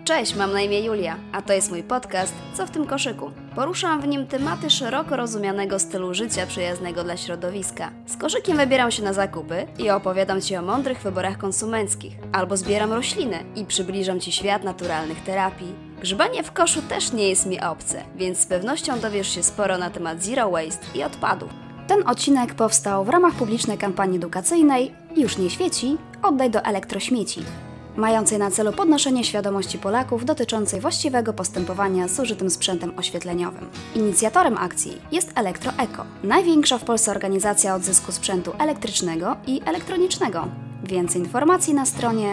Cześć, mam na imię Julia, a to jest mój podcast Co w tym koszyku? Poruszam w nim tematy szeroko rozumianego stylu życia przyjaznego dla środowiska. Z koszykiem wybieram się na zakupy i opowiadam Ci o mądrych wyborach konsumenckich. Albo zbieram rośliny i przybliżam Ci świat naturalnych terapii. Grzebanie w koszu też nie jest mi obce, więc z pewnością dowiesz się sporo na temat zero waste i odpadów. Ten odcinek powstał w ramach publicznej kampanii edukacyjnej Już nie świeci, oddaj do elektrośmieci, mającej na celu podnoszenie świadomości Polaków dotyczącej właściwego postępowania z zużytym sprzętem oświetleniowym. Inicjatorem akcji jest ElektroEko, największa w Polsce organizacja odzysku sprzętu elektrycznego i elektronicznego. Więcej informacji na stronie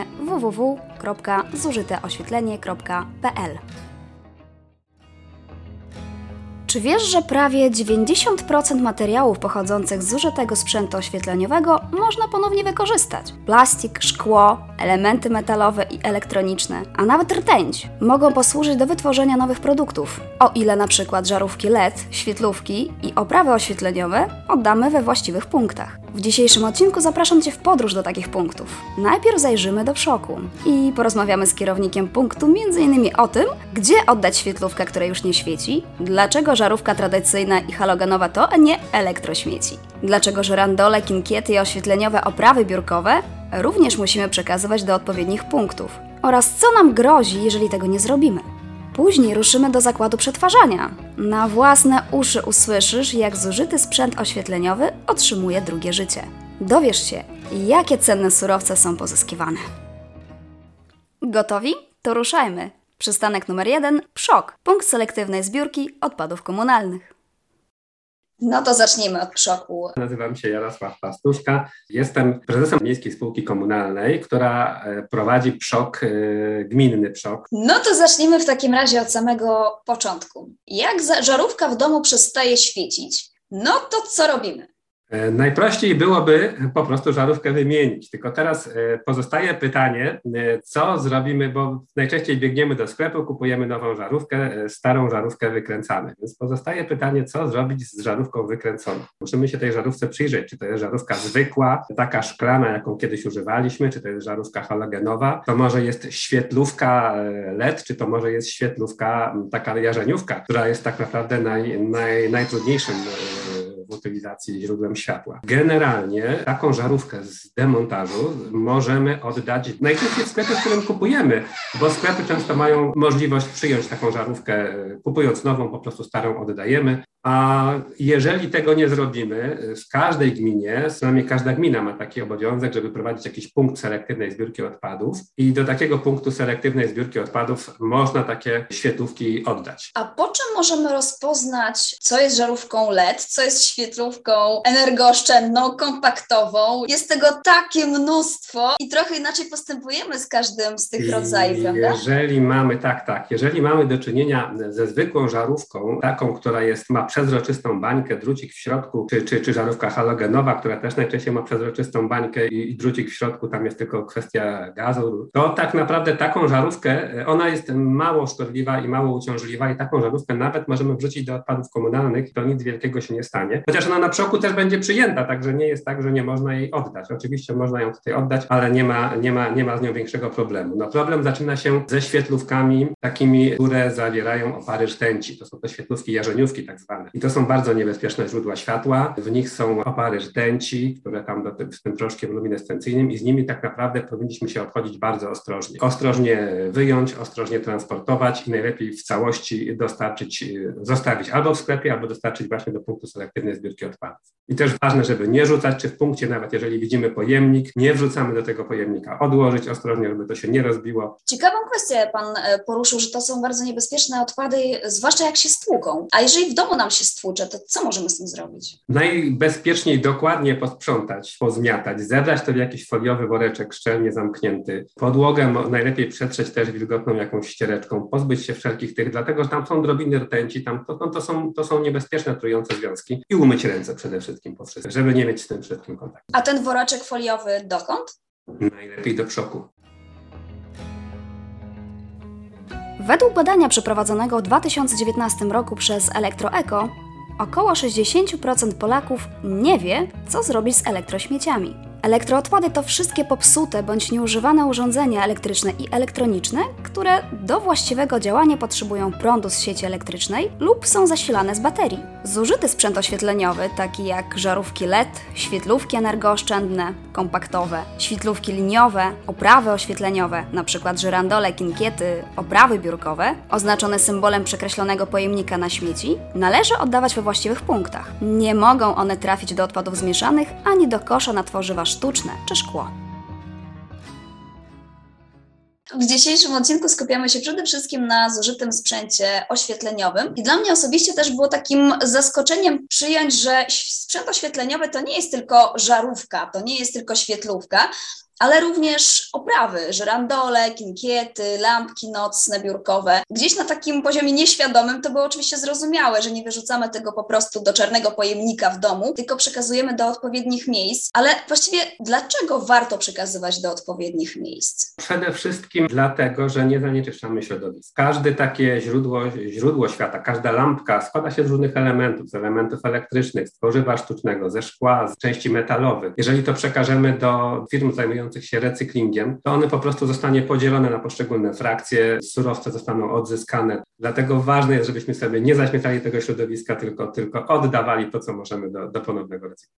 www.zużyteoświetlenie.pl. Czy wiesz, że prawie 90% materiałów pochodzących z zużytego sprzętu oświetleniowego można ponownie wykorzystać? Plastik, szkło, elementy metalowe i elektroniczne, a nawet rtęć mogą posłużyć do wytworzenia nowych produktów. O ile na przykład żarówki LED, świetlówki i oprawy oświetleniowe oddamy we właściwych punktach. W dzisiejszym odcinku zapraszam Cię w podróż do takich punktów. Najpierw zajrzymy do przoku i porozmawiamy z kierownikiem punktu m.in. o tym, gdzie oddać świetlówkę, która już nie świeci, dlaczego żarówka tradycyjna i halogenowa to, a nie elektrośmieci, dlaczego żyrandole, kinkiety i oświetleniowe oprawy biurkowe również musimy przekazywać do odpowiednich punktów oraz co nam grozi, jeżeli tego nie zrobimy. Później ruszymy do zakładu przetwarzania. Na własne uszy usłyszysz, jak zużyty sprzęt oświetleniowy otrzymuje drugie życie. Dowiesz się, jakie cenne surowce są pozyskiwane. Gotowi? To ruszajmy. Przystanek numer 1. Przok. Punkt selektywnej zbiórki odpadów komunalnych. No to zacznijmy od przoku. Nazywam się Jarosław Pastuszka. Jestem prezesem Miejskiej Spółki Komunalnej, która prowadzi przok, gminny przok. No to zacznijmy w takim razie od samego początku. Jak żarówka w domu przestaje świecić, no to co robimy? Najprościej byłoby po prostu żarówkę wymienić, tylko teraz pozostaje pytanie, co zrobimy, bo najczęściej biegniemy do sklepu, kupujemy nową żarówkę, starą żarówkę wykręcamy, więc pozostaje pytanie, co zrobić z żarówką wykręconą. Musimy się tej żarówce przyjrzeć, czy to jest żarówka zwykła, taka szklana, jaką kiedyś używaliśmy, czy to jest żarówka halogenowa, to może jest świetlówka LED, czy to może jest świetlówka taka jarzeniówka, która jest tak naprawdę najtrudniejszym w utylizacji źródłem światła. Generalnie taką żarówkę z demontażu możemy oddać najczęściej w sklepie, w którym kupujemy, bo sklepy często mają możliwość przyjąć taką żarówkę, kupując nową, po prostu starą oddajemy. A jeżeli tego nie zrobimy, w każdej gminie, przynajmniej każda gmina ma taki obowiązek, żeby prowadzić jakiś punkt selektywnej zbiórki odpadów i do takiego punktu selektywnej zbiórki odpadów można takie świetlówki oddać. A po czym możemy rozpoznać, co jest żarówką LED, co jest świetlówką energooszczędną, kompaktową? Jest tego takie mnóstwo i trochę inaczej postępujemy z każdym z tych rodzajów, prawda? Jeżeli mamy do czynienia ze zwykłą żarówką, taką, która ma przezroczystą bańkę, drucik w środku, czy żarówka halogenowa, która też najczęściej ma przezroczystą bańkę i drucik w środku, tam jest tylko kwestia gazu, to tak naprawdę taką żarówkę, ona jest mało szkodliwa i mało uciążliwa i taką żarówkę nawet możemy wrzucić do odpadów komunalnych, to nic wielkiego się nie stanie. Chociaż ona na przoku też będzie przyjęta, także nie jest tak, że nie można jej oddać. Oczywiście można ją tutaj oddać, ale nie ma z nią większego problemu. No problem zaczyna się ze świetlówkami takimi, które zawierają opary rtęci. To są te świetlówki jarzeniówki tak zwane. I to są bardzo niebezpieczne źródła światła. W nich są opary rtęci, które tam z tym proszkiem luminescencyjnym i z nimi tak naprawdę powinniśmy się obchodzić bardzo ostrożnie. Ostrożnie wyjąć, ostrożnie transportować i najlepiej w całości zostawić albo w sklepie, albo dostarczyć właśnie do punktu selektywnej zbiórki odpadów. I też ważne, żeby nie rzucać, czy w punkcie, nawet jeżeli widzimy pojemnik, nie wrzucamy do tego pojemnika. Odłożyć ostrożnie, żeby to się nie rozbiło. Ciekawą kwestię Pan poruszył, że to są bardzo niebezpieczne odpady, zwłaszcza jak się stłuką. A jeżeli w domu nam się stłucze, to co możemy z tym zrobić? Najbezpieczniej dokładnie posprzątać, pozmiatać, zebrać to w jakiś foliowy woreczek szczelnie zamknięty. Podłogę najlepiej przetrzeć też wilgotną jakąś ściereczką, pozbyć się wszelkich tych, dlatego że tam są drobiny rtęci, to są niebezpieczne, trujące związki i umyć ręce przede wszystkim po wszystkim, żeby nie mieć z tym wszystkim kontaktu. A ten woreczek foliowy dokąd? Najlepiej do przoku. Według badania przeprowadzonego w 2019 roku przez ElektroEko, około 60% Polaków nie wie, co zrobić z elektrośmieciami. Elektroodpady to wszystkie popsute bądź nieużywane urządzenia elektryczne i elektroniczne, które do właściwego działania potrzebują prądu z sieci elektrycznej lub są zasilane z baterii. Zużyty sprzęt oświetleniowy, taki jak żarówki LED, świetlówki energooszczędne, kompaktowe, świetlówki liniowe, oprawy oświetleniowe, np. żyrandole, kinkiety, oprawy biurkowe, oznaczone symbolem przekreślonego pojemnika na śmieci, należy oddawać we właściwych punktach. Nie mogą one trafić do odpadów zmieszanych ani do kosza na tworzywa sztuczne czy szkło. W dzisiejszym odcinku skupiamy się przede wszystkim na zużytym sprzęcie oświetleniowym i dla mnie osobiście też było takim zaskoczeniem przyjąć, że sprzęt oświetleniowy to nie jest tylko żarówka, to nie jest tylko świetlówka, ale również oprawy, żyrandole, kinkiety, lampki nocne, biurkowe. Gdzieś na takim poziomie nieświadomym to było oczywiście zrozumiałe, że nie wyrzucamy tego po prostu do czarnego pojemnika w domu, tylko przekazujemy do odpowiednich miejsc. Ale właściwie dlaczego warto przekazywać do odpowiednich miejsc? Przede wszystkim dlatego, że nie zanieczyszczamy środowiska. Każde takie źródło świata, każda lampka składa się z różnych elementów, z elementów elektrycznych, z tworzywa sztucznego, ze szkła, z części metalowych. Jeżeli to przekażemy do firm zajmujących się recyklingiem, to one po prostu zostanie podzielone na poszczególne frakcje, surowce zostaną odzyskane. Dlatego ważne jest, żebyśmy sobie nie zaśmiecali tego środowiska, tylko oddawali to, co możemy do ponownego recyklingu.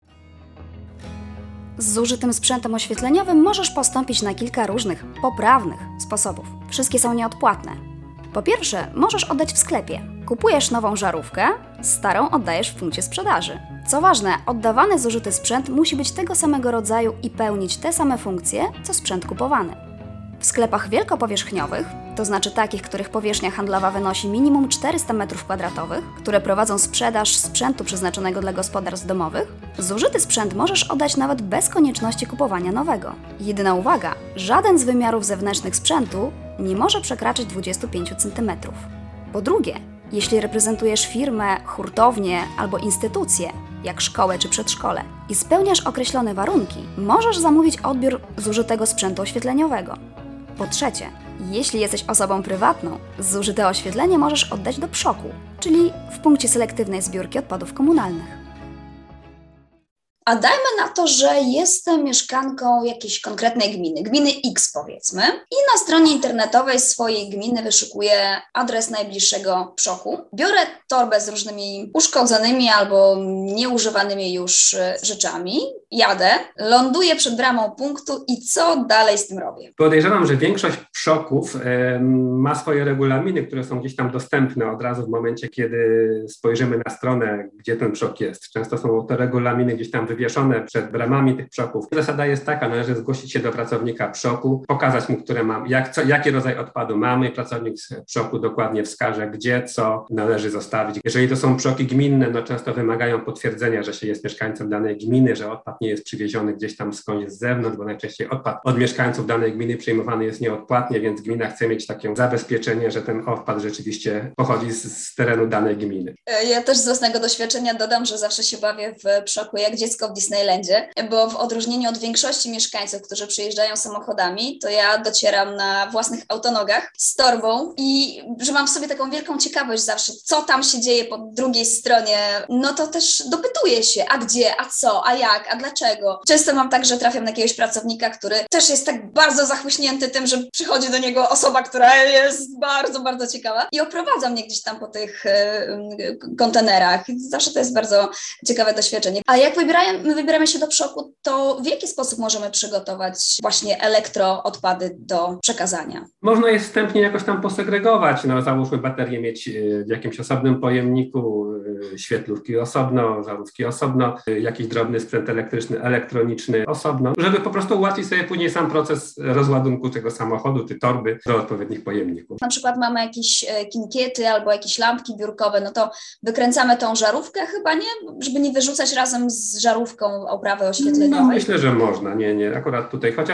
Z zużytym sprzętem oświetleniowym możesz postąpić na kilka różnych, poprawnych sposobów. Wszystkie są nieodpłatne. Po pierwsze, możesz oddać w sklepie. Kupujesz nową żarówkę, starą oddajesz w punkcie sprzedaży. Co ważne, oddawany zużyty sprzęt musi być tego samego rodzaju i pełnić te same funkcje, co sprzęt kupowany. W sklepach wielkopowierzchniowych, to znaczy takich, których powierzchnia handlowa wynosi minimum 400 m2, które prowadzą sprzedaż sprzętu przeznaczonego dla gospodarstw domowych, zużyty sprzęt możesz oddać nawet bez konieczności kupowania nowego. Jedyna uwaga, żaden z wymiarów zewnętrznych sprzętu nie może przekraczać 25 cm. Po drugie, jeśli reprezentujesz firmę, hurtownię albo instytucję, jak szkołę czy przedszkole, i spełniasz określone warunki, możesz zamówić odbiór zużytego sprzętu oświetleniowego. Po trzecie, jeśli jesteś osobą prywatną, zużyte oświetlenie możesz oddać do PSZOK-u, czyli w punkcie selektywnej zbiórki odpadów komunalnych. A dajmy na to, że jestem mieszkanką jakiejś konkretnej gminy X powiedzmy, i na stronie internetowej swojej gminy wyszukuję adres najbliższego PSZOK-u. Biorę torbę z różnymi uszkodzonymi albo nieużywanymi już rzeczami, jadę, ląduję przed bramą punktu i co dalej z tym robię? Podejrzewam, że większość PSZOK-ów ma swoje regulaminy, które są gdzieś tam dostępne od razu w momencie, kiedy spojrzymy na stronę, gdzie ten PSZOK jest. Często są te regulaminy gdzieś tam wywieszone przed bramami tych PSZOK-ów. Zasada jest taka, należy zgłosić się do pracownika PSZOK-u, pokazać mu, które mam, jaki rodzaj odpadu mamy, i pracownik z PSZOK-u dokładnie wskaże, gdzie, co należy zostawić. Jeżeli to są PSZOK-i gminne, no często wymagają potwierdzenia, że się jest mieszkańcem danej gminy, że odpad nie jest przywieziony gdzieś tam skądś z zewnątrz, bo najczęściej odpad od mieszkańców danej gminy przyjmowany jest nieodpłatnie, więc gmina chce mieć takie zabezpieczenie, że ten odpad rzeczywiście pochodzi z terenu danej gminy. Ja też z własnego doświadczenia dodam, że zawsze się bawię w PSZOK-u jak dziecko w Disneylandzie, bo w odróżnieniu od większości mieszkańców, którzy przyjeżdżają samochodami, to ja docieram na własnych autonogach z torbą i że mam w sobie taką wielką ciekawość zawsze, co tam się dzieje po drugiej stronie, no to też dopytuję się, a gdzie, a co, a jak, a dlaczego. Często mam tak, że trafiam na jakiegoś pracownika, który też jest tak bardzo zachłyśnięty tym, że przychodzi do niego osoba, która jest bardzo, bardzo ciekawa i oprowadza mnie gdzieś tam po tych kontenerach. Zawsze to jest bardzo ciekawe doświadczenie. A jak wybieramy się do PSZOK-u, to w jaki sposób możemy przygotować właśnie elektroodpady do przekazania? Można je wstępnie jakoś tam posegregować. No, załóżmy baterię mieć w jakimś osobnym pojemniku, świetlówki osobno, żarówki osobno, jakiś drobny sprzęt elektroniczny osobno, żeby po prostu ułatwić sobie później sam proces rozładunku tego samochodu czy torby do odpowiednich pojemników. Na przykład mamy jakieś kinkiety albo jakieś lampki biurkowe, no to wykręcamy tą żarówkę chyba, nie? Żeby nie wyrzucać razem z żarówką oprawy oświetleniowej. No myślę, że można. Nie, akurat tutaj. Chociaż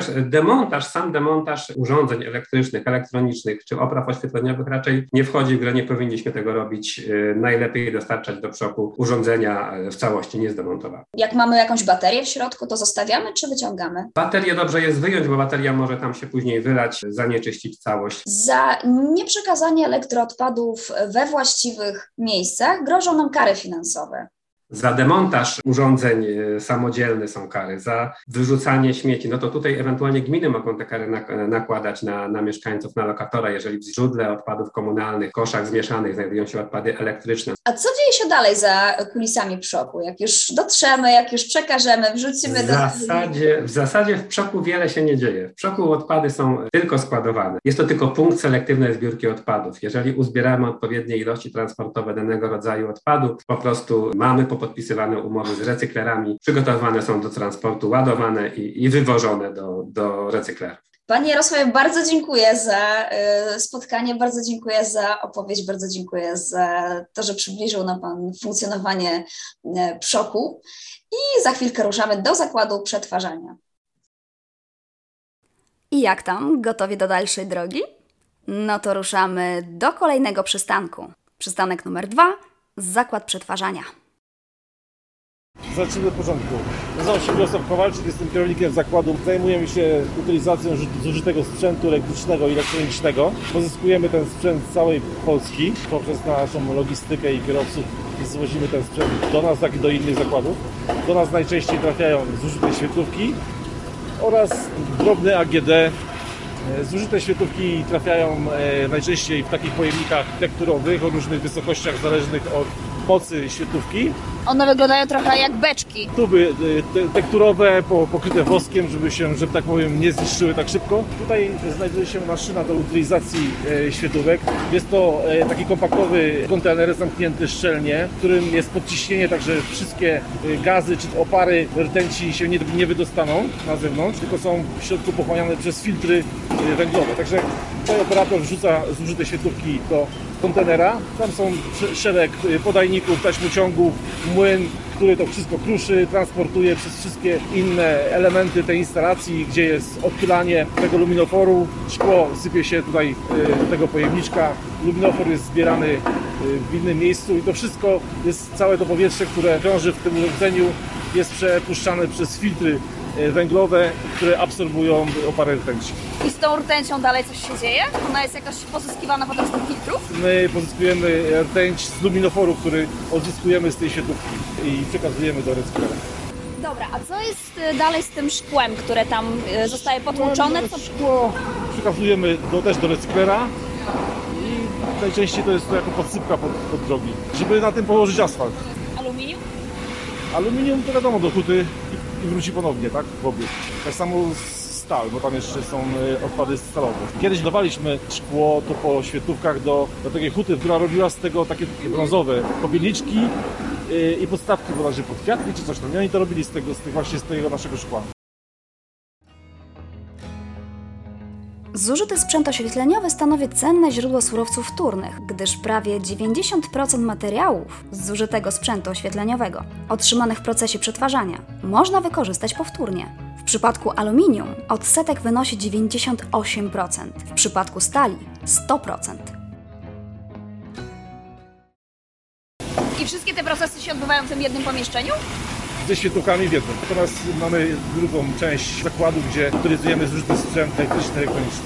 sam demontaż urządzeń elektrycznych, elektronicznych czy opraw oświetleniowych raczej nie wchodzi w grę, nie powinniśmy tego robić. Najlepiej dostarczać do PSZOK-u urządzenia w całości niezdemontowane. Jak mamy jakąś baterię w środku, to zostawiamy czy wyciągamy? Baterię dobrze jest wyjąć, bo bateria może tam się później wylać, zanieczyścić całość. Za nieprzekazanie elektroodpadów we właściwych miejscach grożą nam kary finansowe. Za demontaż urządzeń samodzielnych są kary, za wyrzucanie śmieci, no to tutaj ewentualnie gminy mogą te kary nakładać na mieszkańców, na lokatora, jeżeli w źródle odpadów komunalnych, koszach zmieszanych znajdują się odpady elektryczne. A co dzieje się dalej za kulisami PSZOK-u? Jak już dotrzemy, jak już przekażemy, wrzucimy W zasadzie w PSZOK-u wiele się nie dzieje. W PSZOK-u odpady są tylko składowane. Jest to tylko punkt selektywnej zbiórki odpadów. Jeżeli uzbieramy odpowiednie ilości transportowe danego rodzaju odpadu, po prostu mamy podpisywane umowy z recyklerami, przygotowane są do transportu, ładowane i wywożone do recyklerów. Panie Jarosławie, bardzo dziękuję za spotkanie, bardzo dziękuję za opowieść, bardzo dziękuję za to, że przybliżył nam Pan funkcjonowanie PSZOK-u i za chwilkę ruszamy do zakładu przetwarzania. I jak tam? Gotowi do dalszej drogi? No to ruszamy do kolejnego przystanku. Przystanek numer 2, zakład przetwarzania. Zacznijmy od porządku. Nazywam się Mirosław Kowalczyk, jestem kierownikiem zakładu. Zajmujemy się utylizacją zużytego sprzętu elektrycznego i elektronicznego. Pozyskujemy ten sprzęt z całej Polski poprzez naszą logistykę i kierowców. Zwozimy ten sprzęt do nas, jak i do innych zakładów. Do nas najczęściej trafiają zużyte świetlówki oraz drobne AGD. Zużyte świetlówki trafiają najczęściej w takich pojemnikach tekturowych o różnych wysokościach zależnych od mocy świetlówki. One wyglądają trochę jak beczki. Tuby tekturowe pokryte woskiem, żeby się, że tak powiem, nie zniszczyły tak szybko. Tutaj znajduje się maszyna do utylizacji świetlówek. Jest to taki kompaktowy kontener zamknięty szczelnie, w którym jest podciśnienie, także wszystkie gazy czy opary rtęci się nie wydostaną na zewnątrz, tylko są w środku pochłaniane przez filtry węglowe. Także tutaj operator wrzuca zużyte świetlówki do kontenera. Tam są szereg podajników, taśmociągów, młyn, który to wszystko kruszy, transportuje przez wszystkie inne elementy tej instalacji, gdzie jest odpylanie tego luminoforu. Szkło sypie się tutaj do tego pojemniczka. Luminofor jest zbierany w innym miejscu i to wszystko jest całe to powietrze, które krąży w tym urządzeniu, jest przepuszczane przez filtry węglowe, które absorbują oparę rtęci. I z tą rtęcią dalej coś się dzieje? Ona jest jakoś pozyskiwana potem z tych filtrów? My pozyskujemy rtęć z luminoforu, który odzyskujemy z tej świetlówki i przekazujemy do recyklera. Dobra, a co jest dalej z tym szkłem, które tam zostaje potłuczone? Szkło przekazujemy też do recyklera i najczęściej to jest to jako podsypka pod drogi, żeby na tym położyć asfalt. Aluminium? Aluminium to wiadomo do huty i wróci ponownie, tak? W obieg. Tak samo stal, bo tam jeszcze są odpady stalowe. Kiedyś dawaliśmy szkło to po świetlówkach do takiej huty, która robiła z tego takie brązowe popielniczki i podstawki bodajże pod kwiatki czy coś tam. I oni to robili właśnie z tego naszego szkła. Zużyty sprzęt oświetleniowy stanowi cenne źródło surowców wtórnych, gdyż prawie 90% materiałów z zużytego sprzętu oświetleniowego otrzymanych w procesie przetwarzania można wykorzystać powtórnie. W przypadku aluminium odsetek wynosi 98%, w przypadku stali 100%. I wszystkie te procesy się odbywają w tym jednym pomieszczeniu? Ze świetlówkami w jednym. Natomiast mamy drugą część zakładu, gdzie utylizujemy zużyty sprzęt elektryczny, elektroniczny.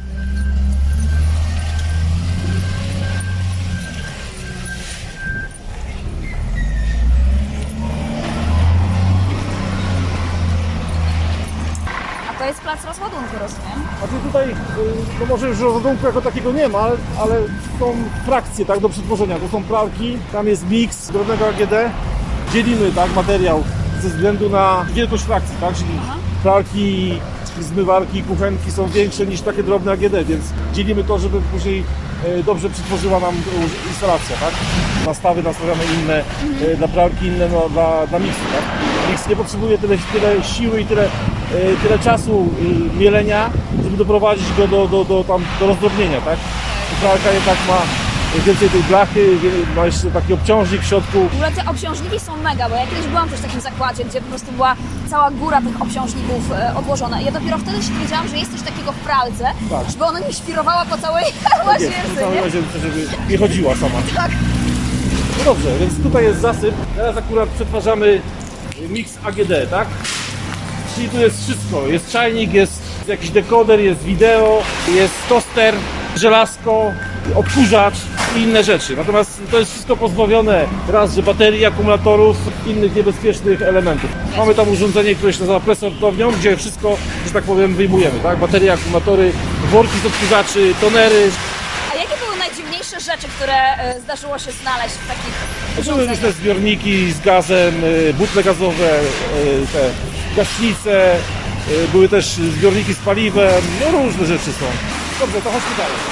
A to jest plac rozładunku, rozumiem? Znaczy tutaj, no może już rozładunku jako takiego nie ma, ale są frakcje, tak, do przetworzenia. To są pralki, tam jest miks drobnego AGD. Dzielimy, tak, materiał ze względu na wielkość frakcji, tak, czyli pralki, zmywarki, kuchenki są większe niż takie drobne AGD, więc dzielimy to, żeby później dobrze przetworzyła nam instalacja, tak. Nastawiamy inne dla pralki, inne dla miksu, tak. Miks nie potrzebuje tyle siły i tyle czasu mielenia, żeby doprowadzić go do rozdrobnienia, tak. Pralka jednak ma więcej tej blachy, ma jeszcze taki obciążnik w środku. W ogóle te obciążniki są mega, bo ja kiedyś byłam też w takim zakładzie, gdzie po prostu była cała góra tych obciążników odłożona. I ja dopiero wtedy się dowiedziałam, że jest coś takiego w pralce, tak, żeby ona nie świrowała po całej łazience, żeby nie chodziła sama. Tak. No dobrze, więc tutaj jest zasyp. Teraz akurat przetwarzamy miks AGD, tak? Czyli tu jest wszystko. Jest czajnik, jest jakiś dekoder, jest wideo, jest toster, żelazko, odkurzacz. i inne rzeczy. Natomiast to jest wszystko pozbawione raz, że baterii, akumulatorów, innych niebezpiecznych elementów. Mamy tam urządzenie, które się nazywa presortownią, gdzie wszystko, że tak powiem, wyjmujemy, tak? Baterie, akumulatory, worki z odkurzaczy, tonery. A jakie były najdziwniejsze rzeczy, które zdarzyło się znaleźć w takich Były urządzeniach? różne zbiorniki z gazem, butle gazowe, te gaśnice, były też zbiorniki z paliwem, no różne rzeczy są. Dobrze, to chodźmy dalej.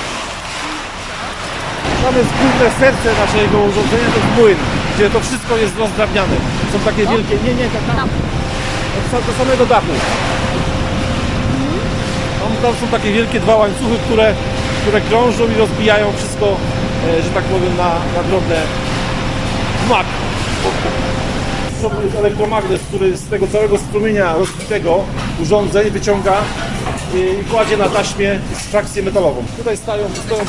Mamy główne serce naszego urządzenia, to jest młyn, gdzie to wszystko jest rozdrabniane. Są takie wielkie, tam, do samego dachu. Tam są takie wielkie dwa łańcuchy, które krążą i rozbijają wszystko, że tak powiem, na drobne maki. To jest elektromagnes, który z tego całego strumienia rozbitego urządzeń wyciąga i kładzie na taśmie frakcję metalową. Tutaj stoją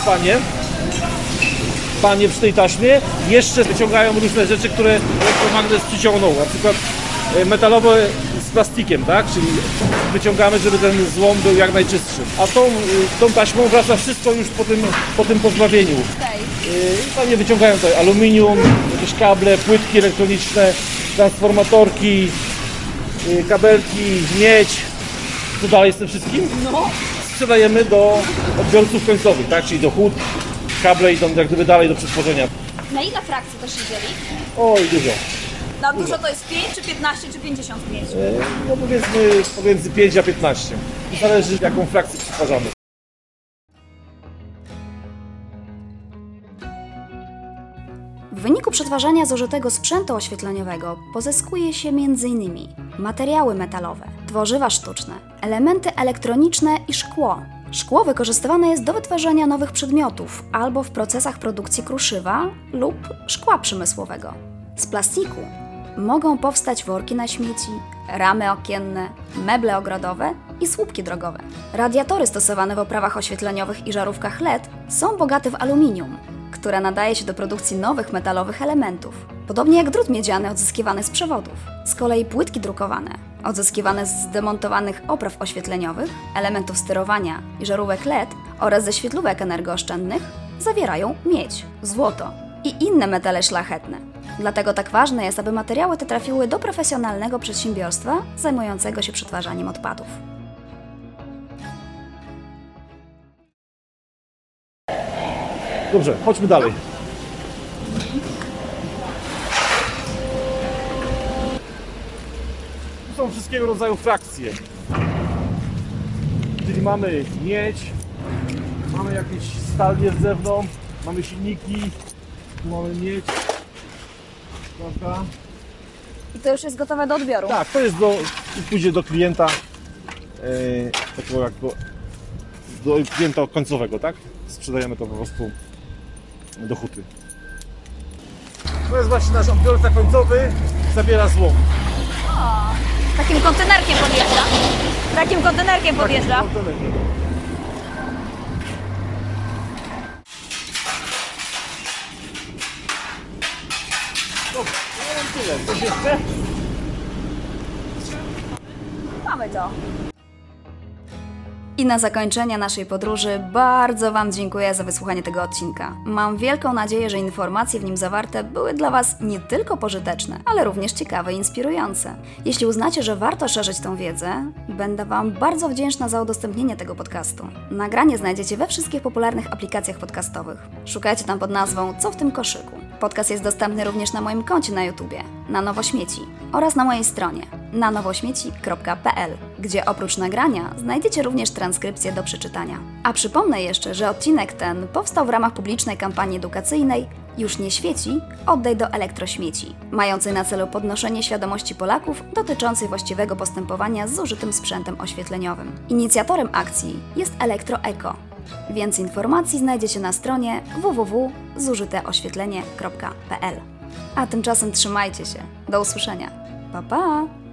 panie przy tej taśmie, jeszcze wyciągają różne rzeczy, które elektromagnes przyciągnął, na przykład metalowe z plastikiem, tak? Czyli wyciągamy, żeby ten złom był jak najczystszy. A tą taśmą wraca wszystko już po tym pozbawieniu. I panie wyciągają tutaj aluminium, jakieś kable, płytki elektroniczne, transformatorki, kabelki, miedź. Co dalej z tym wszystkim? No. Sprzedajemy do odbiorców końcowych, tak? Czyli do hut, kable idą jak gdyby dalej do przetworzenia. Na ile frakcji też się dzieli? Oj, dużo. Na dużo to jest 5, czy 15, czy 55? No powiedzmy pomiędzy 5 a 15. Zależy jaką frakcję przetwarzamy. W wyniku przetwarzania zużytego sprzętu oświetleniowego pozyskuje się m.in. materiały metalowe, tworzywa sztuczne, elementy elektroniczne i szkło. Szkło wykorzystywane jest do wytwarzania nowych przedmiotów albo w procesach produkcji kruszywa lub szkła przemysłowego. Z plastiku mogą powstać worki na śmieci, ramy okienne, meble ogrodowe i słupki drogowe. Radiatory stosowane w oprawach oświetleniowych i żarówkach LED są bogate w aluminium, które nadaje się do produkcji nowych metalowych elementów, podobnie jak drut miedziany odzyskiwany z przewodów. Z kolei płytki drukowane, odzyskiwane z zdemontowanych opraw oświetleniowych, elementów sterowania i żarówek LED oraz ze świetlówek energooszczędnych, zawierają miedź, złoto i inne metale szlachetne. Dlatego tak ważne jest, aby materiały te trafiły do profesjonalnego przedsiębiorstwa zajmującego się przetwarzaniem odpadów. Dobrze, chodźmy dalej. Tu są wszystkiego rodzaju frakcje. Czyli mamy miedź, mamy jakieś stal nierdzewną, mamy silniki, tu mamy miedź, prawda? I to już jest gotowe do odbioru? Tak, to jest pójdzie do klienta, takiego jak do klienta końcowego, tak? Sprzedajemy to po prostu do huty. To jest właśnie nasz odbiorca końcowy, zabiera złom. Takim kontenerkiem podjeżdża? Takim kontenerkiem podjeżdża? Takim kontenerkiem. Dobra, ja mam tyle. Coś jeszcze? Mamy to. I na zakończenie naszej podróży bardzo Wam dziękuję za wysłuchanie tego odcinka. Mam wielką nadzieję, że informacje w nim zawarte były dla Was nie tylko pożyteczne, ale również ciekawe i inspirujące. Jeśli uznacie, że warto szerzyć tą wiedzę, będę Wam bardzo wdzięczna za udostępnienie tego podcastu. Nagranie znajdziecie we wszystkich popularnych aplikacjach podcastowych. Szukajcie tam pod nazwą Co w tym koszyku. Podcast jest dostępny również na moim koncie na YouTubie, na Nowośmieci, oraz na mojej stronie nanowośmieci.pl, gdzie oprócz nagrania znajdziecie również transkrypcję do przeczytania. A przypomnę jeszcze, że odcinek ten powstał w ramach publicznej kampanii edukacyjnej Już nie świeci, oddaj do elektrośmieci, mającej na celu podnoszenie świadomości Polaków dotyczącej właściwego postępowania z zużytym sprzętem oświetleniowym. Inicjatorem akcji jest ElektroEko. Więcej informacji znajdziecie na stronie www.zużyteoświetlenie.pl. A tymczasem trzymajcie się. Do usłyszenia. Pa, pa!